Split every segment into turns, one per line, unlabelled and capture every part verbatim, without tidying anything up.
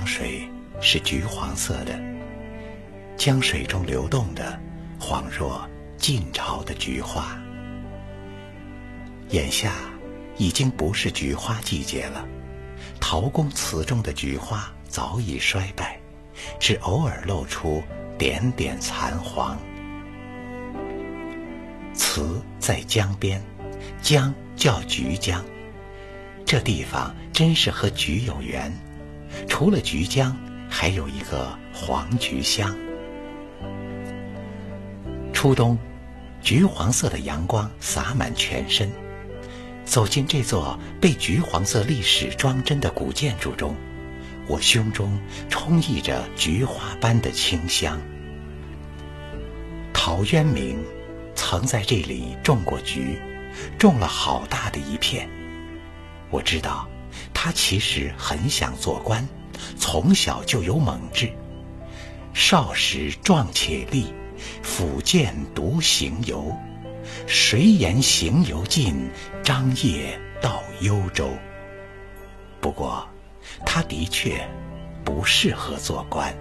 江水是橘黄色的，江水中流动的恍若晋朝的菊花。眼下已经不是菊花季节了，陶公祠中的菊花早已衰败，只偶尔露出点点残黄。祠在江边，江叫菊江，这地方真是和菊有缘。除了菊江，还有一个黄菊乡。初冬，橘黄色的阳光洒满全身。走进这座被橘黄色历史装帧的古建筑中，我胸中充溢着菊花般的清香。陶渊明曾在这里种过菊，种了好大的一片。我知道他其实很想做官，从小就有猛志。少时壮且力，甫见独行游。谁言行犹尽，张掖到幽州。不过他的确不适合做官。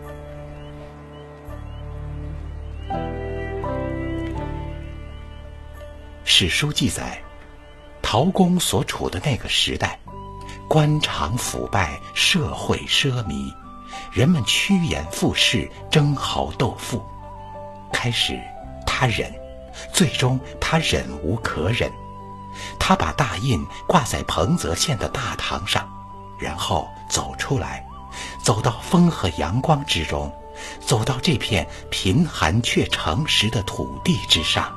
史书记载，陶公所处的那个时代，官场腐败，社会奢靡，人们趋炎附势，争豪斗富。开始他忍，最终他忍无可忍。他把大印挂在彭泽县的大堂上，然后走出来，走到风和阳光之中，走到这片贫寒却诚实的土地之上。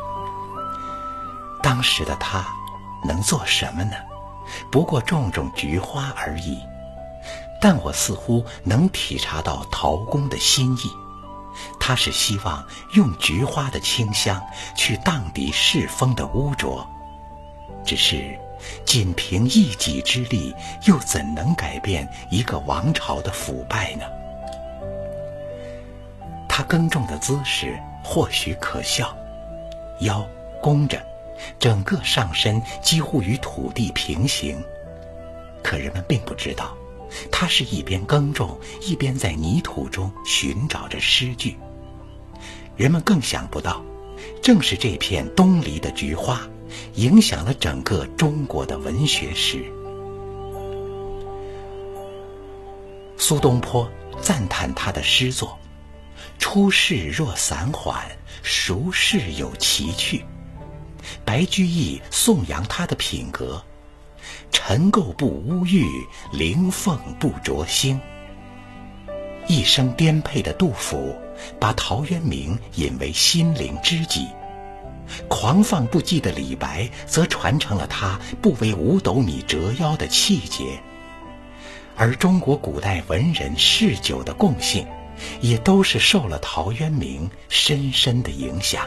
当时的他能做什么呢？不过种种菊花而已。但我似乎能体察到陶公的心意，他是希望用菊花的清香去荡涤世风的污浊。只是仅凭一己之力，又怎能改变一个王朝的腐败呢？他耕种的姿势或许可笑，腰弓着，整个上身几乎与土地平行。可人们并不知道，他是一边耕种，一边在泥土中寻找着诗句。人们更想不到，正是这片东篱的菊花，影响了整个中国的文学史。苏东坡赞叹他的诗作：出世若散缓，熟世有奇趣。白居易颂扬他的品格：尘垢不污玉，灵凤不着星。一生颠沛的杜甫把陶渊明引为心灵知己，狂放不羁的李白则传承了他不为五斗米折腰的气节。而中国古代文人嗜酒的共性，也都是受了陶渊明深深的影响。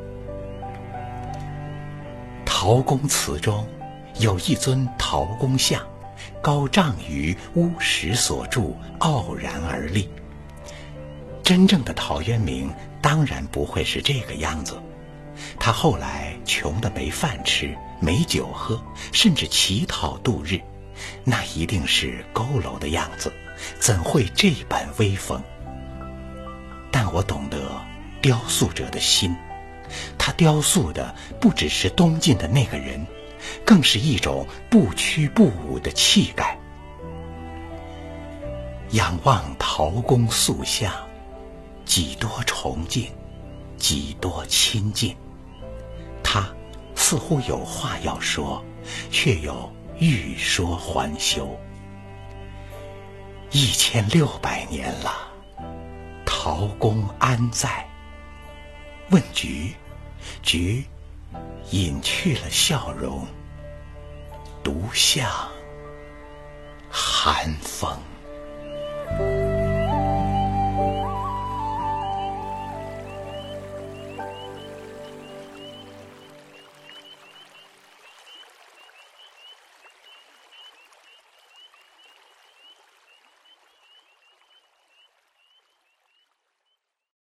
陶公祠中有一尊陶公像，高丈于乌石所筑，傲然而立。真正的陶渊明当然不会是这个样子，他后来穷得没饭吃，没酒喝，甚至乞讨度日，那一定是佝偻的样子，怎会这般威风？但我懂得雕塑者的心，他雕塑的不只是东晋的那个人，更是一种不屈不舞的气概。仰望陶公塑像，几多崇敬，几多亲近。他似乎有话要说，却又欲说还休。一千六百年了，陶公安在？问菊，菊隐去了笑容，独向寒风。